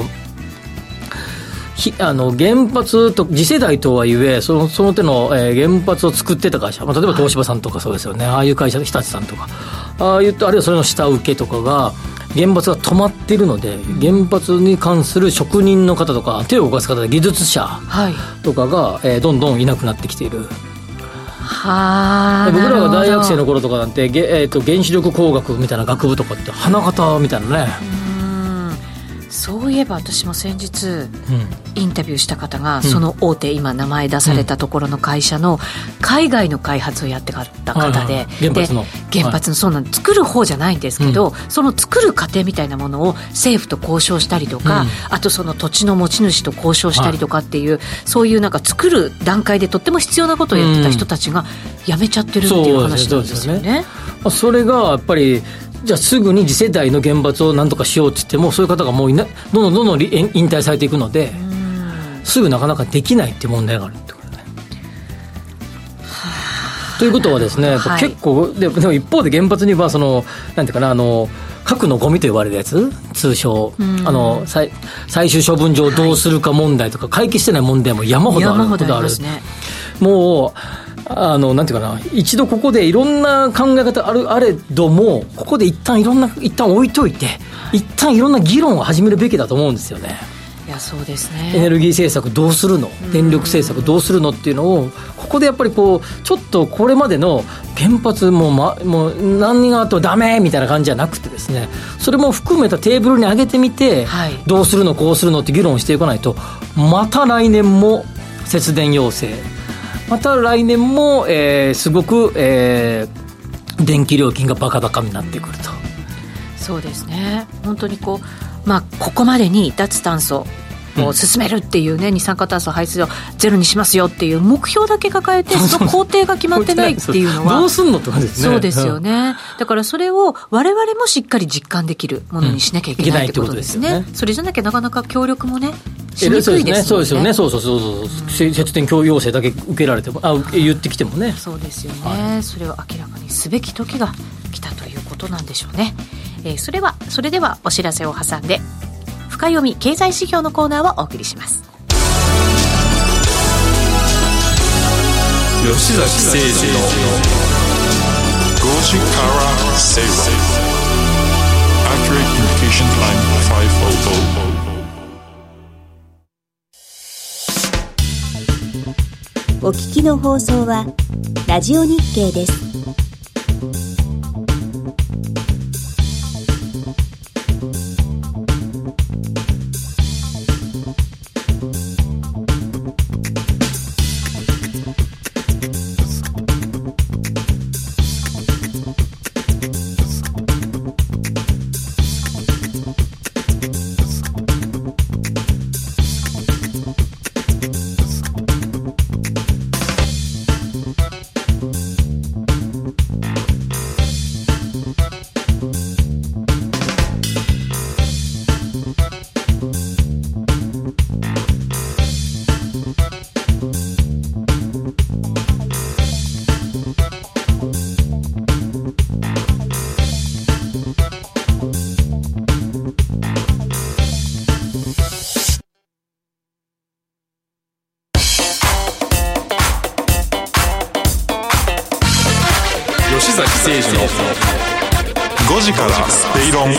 あの原発と次世代とはいえ、その、その手の、えー、原発を作ってた会社、まあ、例えば東芝さんとかそうですよね、はい、ああいう会社、日立さんとか、ああいうあるいはそれの下請けとかが原発が止まっているので、原発に関する職人の方とか手を動かす方で技術者とかが、はい、えー、どんどんいなくなってきている。 は僕らが大学生の頃とかなんて、えー、と原子力工学みたいな学部とかって花形みたいなね。 そういえば私も先日、うん、インタビューした方が、うん、その大手今名前出されたところの会社の海外の開発をやってた方で、はいはい、原発ので原発のそうなんです、作る方じゃないんですけど、うん、その作る過程みたいなものを政府と交渉したりとか、うん、あとその土地の持ち主と交渉したりとかっていう、はい、そういうなんか作る段階でとっても必要なことをやってた人たちが辞めちゃってるっていう話なんですよね。 そうですね。 それがやっぱりじゃあすぐに次世代の原発を何とかしようって言っても、そういう方がもういなどんどんどんどん引退されていくので、すぐなかなかできないっていう問題があるってことね。ということはですね、はい、結構 で, でも一方で原発にはそのなんていうかな、あの核のゴミと呼ばれるやつ、通称あの 最, 最終処分場をどうするか問題とか、はい、解決してない問題も山ほどある。山ほどありますね。もうあのなんていうかな、一度ここでいろんな考え方あるあれども、ここで一旦いろんな一旦置いといて、一旦いろんな議論を始めるべきだと思うんですよね。 いや、そうですね。 エネルギー政策どうするの、電力政策どうするのっていうのを、ここでやっぱりこうちょっとこれまでの原発も、ま、もう何があってもダメみたいな感じじゃなくてですね、それも含めたテーブルに上げてみて、はい、どうするのこうするのって議論していかないと、また来年も節電要請、また来年も、えー、すごく、えー、電気料金がバカバカになってくると。 そうですね、本当にこう、まあ、ここまでに脱炭素を進めるっていうね、うん、二酸化炭素排出量ゼロにしますよっていう目標だけ抱えてその工程が決まってないっていうのはどうすんのって感じですね。 そうですよね、だからそれを我々もしっかり実感できるものにしなきゃいけないってことですね、うん、それじゃなきゃなかなか協力もねしにくいですよね。 そうですよね、そうそうそうそう、節電要請だけ受けられても、あ、言ってきてもね。 そうですよね、はい、それを明らかにすべき時が来たということなんでしょうね。えー、それはそれではお知らせを挟んで深読み経済指標のコーナーをお送りします。 吉崎誠二のごじから正論 Accurate Communication Time ごひゃく。 お聞きの放送はラジオ日経です。 吉崎誠二のごじから正論。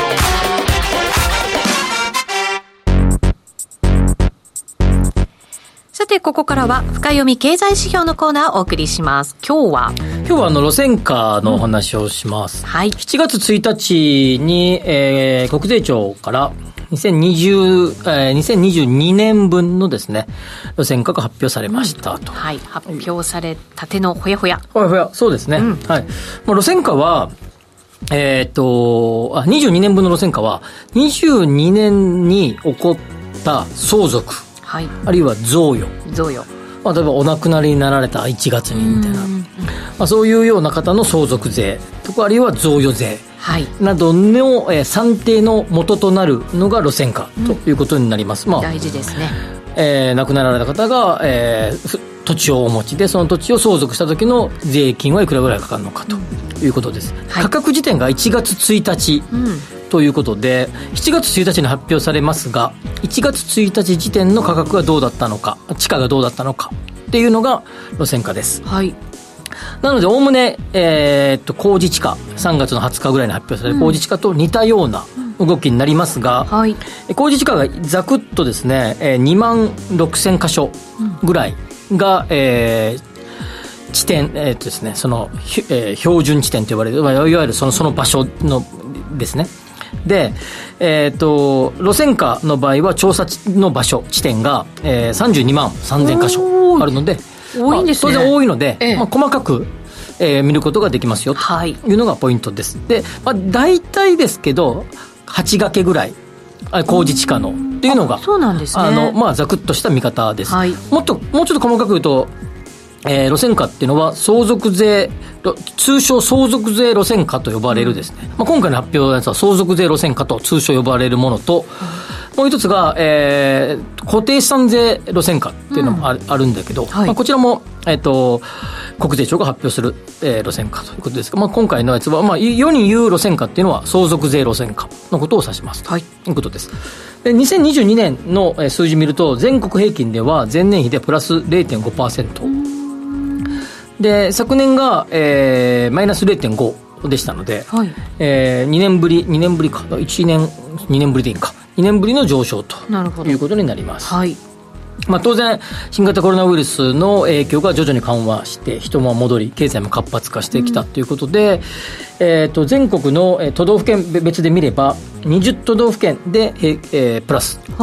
さてここからは深読み経済指標のコーナーをお送りします。今日は今日はあの路線価のお話をします、 うん、はい、 しちがつついたちに、えー、国税庁からにせんにじゅう、えー、にせんにじゅうにねんぶんのですね路線価が発表されましたと、 うん、はい、発表されたてのほやほやほやほや、そうですね、うん、はい、もう路線価はえー、っとあにじゅうにねんぶんの路線価はにじゅうにねんに起こった相続、はい、あるいは贈与贈与、 まあ、例えばお亡くなりになられたいちがつにみたいな、まあ、そういうような方の相続税とかあるいは贈与税などの、えー、算定の元となるのが路線価ということになります、うん、まあ、 大事ですね、 えー、亡くなられた方が、えー、土地をお持ちでその土地を相続した時の税金はいくらぐらいかかるのかということです、うん、はい、価格時点がいちがつついたち、うん、ということでしちがつついたちに発表されますがいちがつついたち時点の価格がどうだったのか地価がどうだったのかっていうのが路線価です、はい、なのでおおむね、えー、っと公示地価さんがつのはつかぐらいに発表される公示地価と似たような動きになりますが、うん、はい、公示地価がざくっとですね、えー、にまんろくせんかしょぐらいが、えー、地点、えーっとですね、その、えー、標準地点と呼ばれるいわゆるその、その場所のですね。で、えー、と路線価の場合は調査の場所地点が、えー、さんじゅうにまんさんぜんかしょあるので多いんですね、 まあ、当然多いので、ええ、まあ、細かく、えー、見ることができますよというのがポイントです、はい、で、まあ、大体ですけどはち掛けぐらい公示地価のっていうのがそうなんですね、 あの、まあ、ざくっとした見方です、はい、もっともうちょっと細かく言うと、えー、路線価っていうのは相続税通称相続税路線価と呼ばれるですね、うん、まあ、今回の発表のやつは相続税路線価と通称呼ばれるものと、うん、もう一つが、えー、固定資産税路線価っていうのもある、うん、あるんだけど、はい、まあ、こちらも、えー、と国税庁が発表する、えー、路線価ということですが、まあ、今回のやつは、まあ、世に言う路線価っていうのは相続税路線価のことを指しますと、はい、いうことです。でにせんにじゅうにねんの数字見ると全国平均では前年比でプラス れいてんごパーセント、で昨年が、えー、マイナス れいてんご でしたので、はい、えー、にねんぶりにねんぶりかいちねんにねんぶりでいいかにねんぶりの上昇ということになります。はい、まあ、当然新型コロナウイルスの影響が徐々に緩和して人も戻り経済も活発化してきたということで、うん、えー、と全国の都道府県別で見ればにじゅう都道府県で、えー、プラス、はい、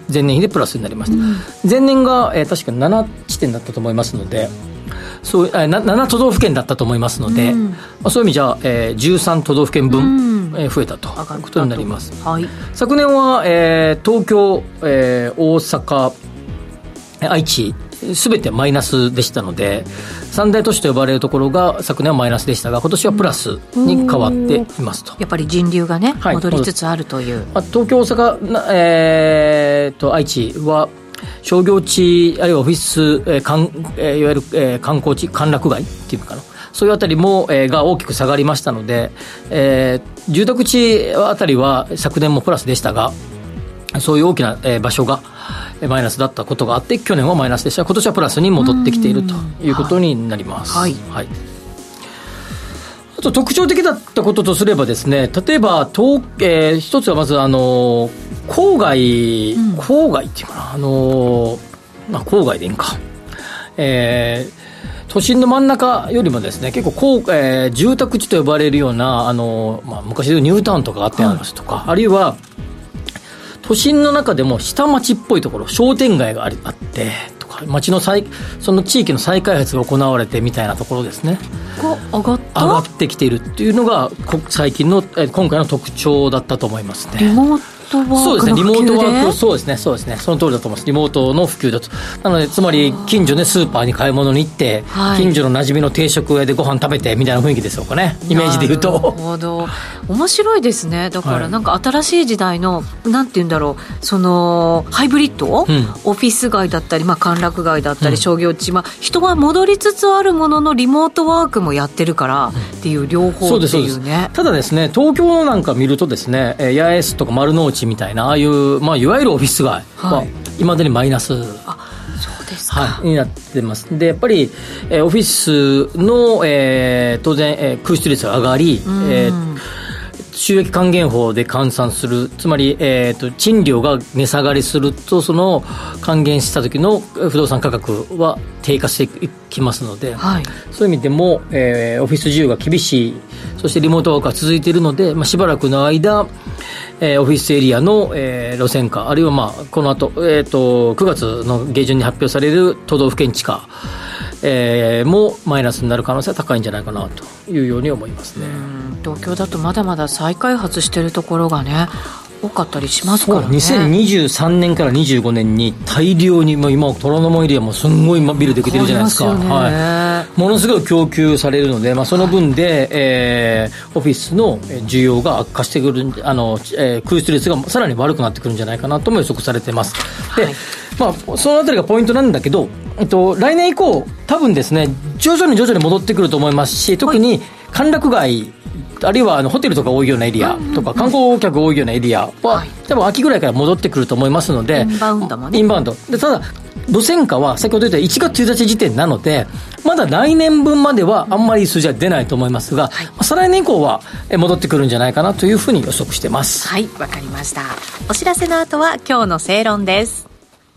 前年比でプラスになりました、うん、前年が、えー、確かなな地点だったと思いますので、そうなな都道府県だったと思いますので、うんまあ、そういう意味じゃ、えー、じゅうさん都道府県分、うんえー、増えたということになります、はい、昨年は、えー、東京、えー、大阪、愛知すべてマイナスでしたので、三大都市と呼ばれるところが昨年はマイナスでしたが、今年はプラスに変わっていますと。 やっぱり人流がね、はい、戻りつつあるという、 まあ、東京大阪、えー、と愛知は商業地あるいはオフィス、えーかんえー、いわゆる、えー、観光地歓楽街っていうのかな、そういうあたりも、えー、が大きく下がりましたので、えー、住宅地あたりは昨年もプラスでしたが、そういう大きな、えー、場所がマイナスだったことがあって、去年はマイナスでしたが今年はプラスに戻ってきているということになります、はいはい、あと特徴的だったこととすればですね、例えば東、えー、一つはまずあの郊外、うん、郊外っていうかな、あの、まあ、郊外でいいんか、えー、都心の真ん中よりもですね、結構、えー、住宅地と呼ばれるようなあの、まあ、昔でいうニュータウンとかがあったようなとか、はい、あるいは都心の中でも下町っぽいところ、商店街があってとか、町の再その地域の再開発が行われてみたいなところですね、 が上がった上がってきているっていうのが最近のえ今回の特徴だったと思いますね。 リモートワークの普及で、そうですね、リモートワーク、 そうですね、そうですね、その通りだと思います。リモートの普及だと。なのでつまり近所でスーパーに買い物に行って、はい、近所の馴染みの定食屋でご飯食べてみたいな雰囲気でしょうかね、イメージで言うと。 なるほど、面白いですね。だからなんか新しい時代の、はい、なんて言うんだろう、そのハイブリッド、うん、オフィス街だったり、まあ、歓楽街だったり、うん、商業地、まあ、人が戻りつつあるもののリモートワークもやってるからっていう両方っていうね。 ただですね、東京なんか見るとですね、八重洲とか丸の内みたいなああいう、まあ、いわゆるオフィス街はいまだにマイナス、 あ、そうですか、 はい、になってます。でやっぱり、えー、オフィスの、えー、当然、えー、空室率が上がり、えー、収益還元法で換算する、つまり、えー、と賃料が値下がりすると、その還元した時の不動産価格は低下していきますので、はい、そういう意味でも、えー、オフィス需要が厳しい、そしてリモートワークが続いているので、まあ、しばらくの間、えー、オフィスエリアの、えー、路線価、あるいは、まあ、この後、えー、とくがつの下旬に発表される都道府県地価、えー、もマイナスになる可能性は高いんじゃないかなというように思いますね。 うん、東京だとまだまだ再開発しているところがね多かったりしますからね。 にせんにじゅうさんねんからにじゅうごねんに大量に、もう今虎ノ門エリアもすんごいビルできてるじゃないですか。はい、ものすごい供給されるので、まあ、その分で、はい、えー、オフィスの需要が悪化してくる、あの、えー、空室率がさらに悪くなってくるんじゃないかなとも予測されています。で、はい、まあ、そのあたりがポイントなんだけど、えっと、来年以降多分ですね、徐々に徐々に戻ってくると思いますし、特に歓楽街、あるいはあのホテルとか多いようなエリアとか観光客多いようなエリアは多分秋ぐらいから戻ってくると思いますので、 インバウンドもね、 インバウンドで、ただ路線価は先ほど言ったいちがつついたち時点なので、まだ来年分まではあんまりいい数字は出ないと思いますが、はい、再来年以降は戻ってくるんじゃないかなというふうに予測してます。 はい、わかりました。お知らせの後は今日の正論です。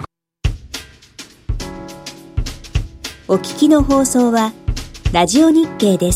お聞きの放送はラジオ日経です。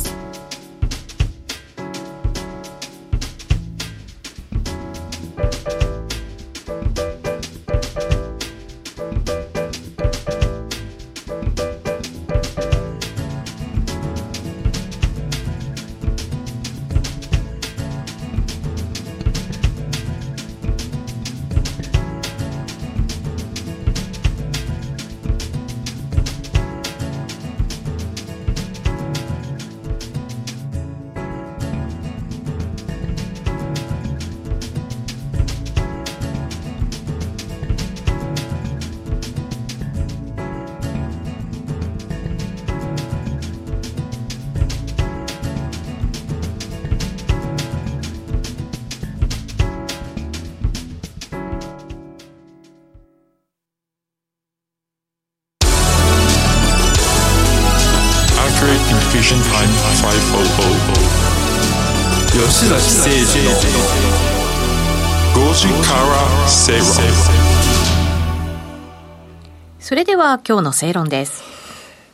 Communication Time ごひゃく吉崎誠二のごじから正論。 それでは今日の正論です。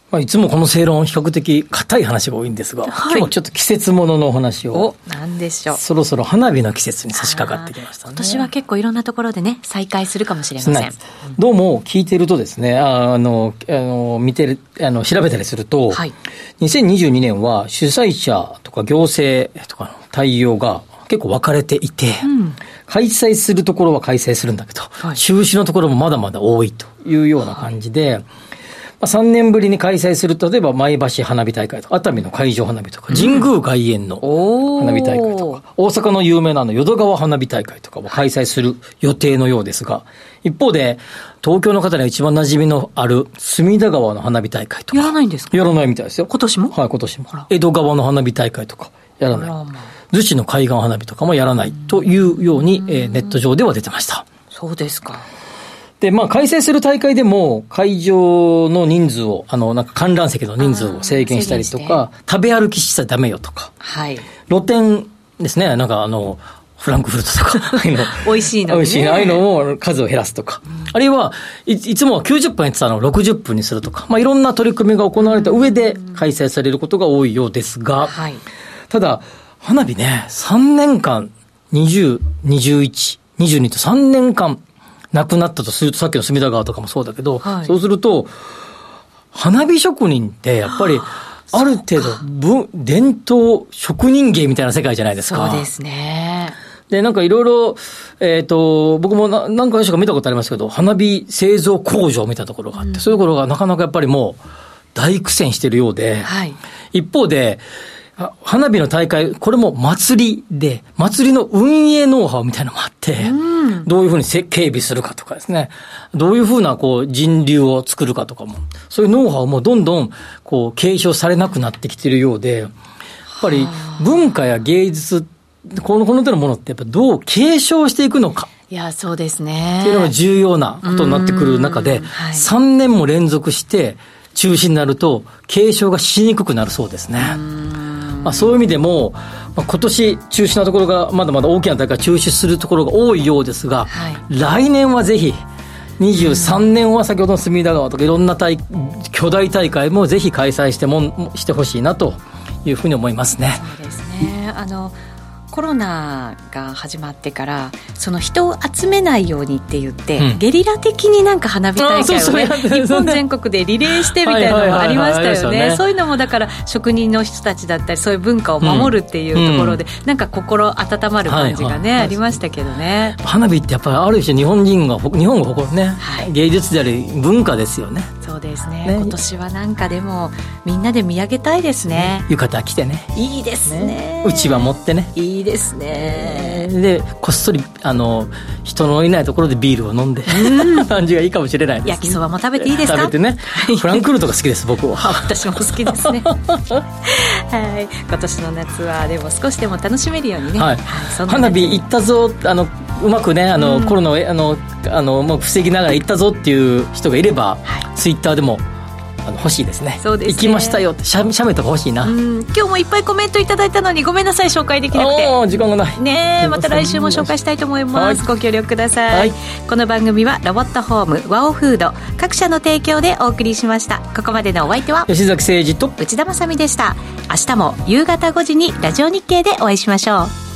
まあ、いつもこの正論比較的硬い話が多いんですが、はい、今日はちょっと季節もののお話を。 お、何でしょう。 そろそろ花火の季節に差し掛かってきましたね。 今年は結構いろんなところでね、再開するかもしれません。んどうも聞いているとですね、あの、あの見てる、あの、調べたりすると、はい、にせんにじゅうにねんは主催者とか行政とかの対応が結構分かれていて、うん、開催するところは開催するんだけど、はい、中止のところもまだまだ多いというような感じで、はい、さんねんぶりに開催する、例えば前橋花火大会とか、熱海の海上花火とか、神宮外苑の花火大会とか、大阪の有名なの淀川花火大会とかも開催する予定のようですが、一方で、東京の方には一番馴染みのある隅田川の花火大会とか。 やらないんですか？ やらないみたいですよ。 今年も？ はい、今年も。江戸川の花火大会とか、やらない。逗子の海岸花火とかもやらないというように、えー、ネット上では出てました。 そうですか。 で、まあ、開催する大会でも、会場の人数を、あの、なんか観覧席の人数を制限したりとか、食べ歩きしちゃダメよとか、はい。露店ですね、なんかあの、フランクフルトとか、ああいうの。 美味しいのね。 美味しいの、ああいうのを数を減らすとか。うん、あるいは、い、いつもはきゅうじゅっぷんやってたのをろくじゅっぷんにするとか、まあ、いろんな取り組みが行われた上で開催されることが多いようですが、はい。ただ、花火ね、さんねんかん、にじゅう、にじゅういち、にじゅうにとさんねんかん、亡くなったとすると、さっきの隅田川とかもそうだけど、はい、そうすると、花火職人ってやっぱり、ある程度文、伝統職人芸みたいな世界じゃないですか。 そうですね。 で、なんかいろいろ、えっと、僕もな何回しか見たことありますけど、花火製造工場を見たところがあって、うん、そういうところがなかなかやっぱりもう大苦戦しているようで、はい、一方で、花火の大会、これも祭りで、祭りの運営ノウハウみたいなのもあって、うん、どういうふうに警備するかとかですね、どういうふうなこう人流を作るかとかも、そういうノウハウもどんどんこう継承されなくなってきているようで、やっぱり文化や芸術、このこの手のものってやっぱどう継承していくのか。 いや、そうですね。っていうのが重要なことになってくる中で、はい、さんねんも連続して中止になると継承がしにくくなるそうですね。まあ、そういう意味でも、まあ、今年中止なところがまだまだ大きな大会中止するところが多いようですが、はい、来年はぜひにじゅうさんねんは先ほどの隅田川とかいろんな大巨大大会もぜひ開催してもしてほしいなというふうに思いますね。 そうですね。あのコロナが始まってからその人を集めないようにって言って、うん、ゲリラ的になんか花火大会をね、日本全国でリレーしてみたいなのもありましたよね。そういうのもだから職人の人たちだったりそういう文化を守るっていうところで、うん、なんか心温まる感じがね、はいはい、ありましたけどね。 花火ってやっぱりある種日本人が日本が誇るね、はい、芸術であり文化ですよね。 そうです ね, ね今年はなんかでもみんなで見上げたいですね。 浴衣着てね、 いいですね。 うちわ持ってね、 いいですね。 でこっそりあの人のいないところでビールを飲んで、うん、感じがいいかもしれないです、ね、 焼きそばも食べていいですか。 食べてねフランクフルトが好きです僕は。 私も好きですねはい、今年の夏はでも少しでも楽しめるようにね、はいはい、 花火行ったぞ、あのうまくねあの、うん、コロナをあのあの、まあ、防ぎながら行ったぞっていう人がいれば、はい、ツイッターでもあの欲しいですね。 そうですね。 行きましたよって写メとか欲しいな。 うん、今日もいっぱいコメントいただいたのにごめんなさい紹介できなくて。 時間がないね。また来週も紹介したいと思います、はい、ご協力ください、はい、この番組はロボットホームワオフード各社の提供でお送りしました。ここまでのお相手は吉崎誠二と内田まさみでした。明日も夕方ごじにラジオ日経でお会いしましょう。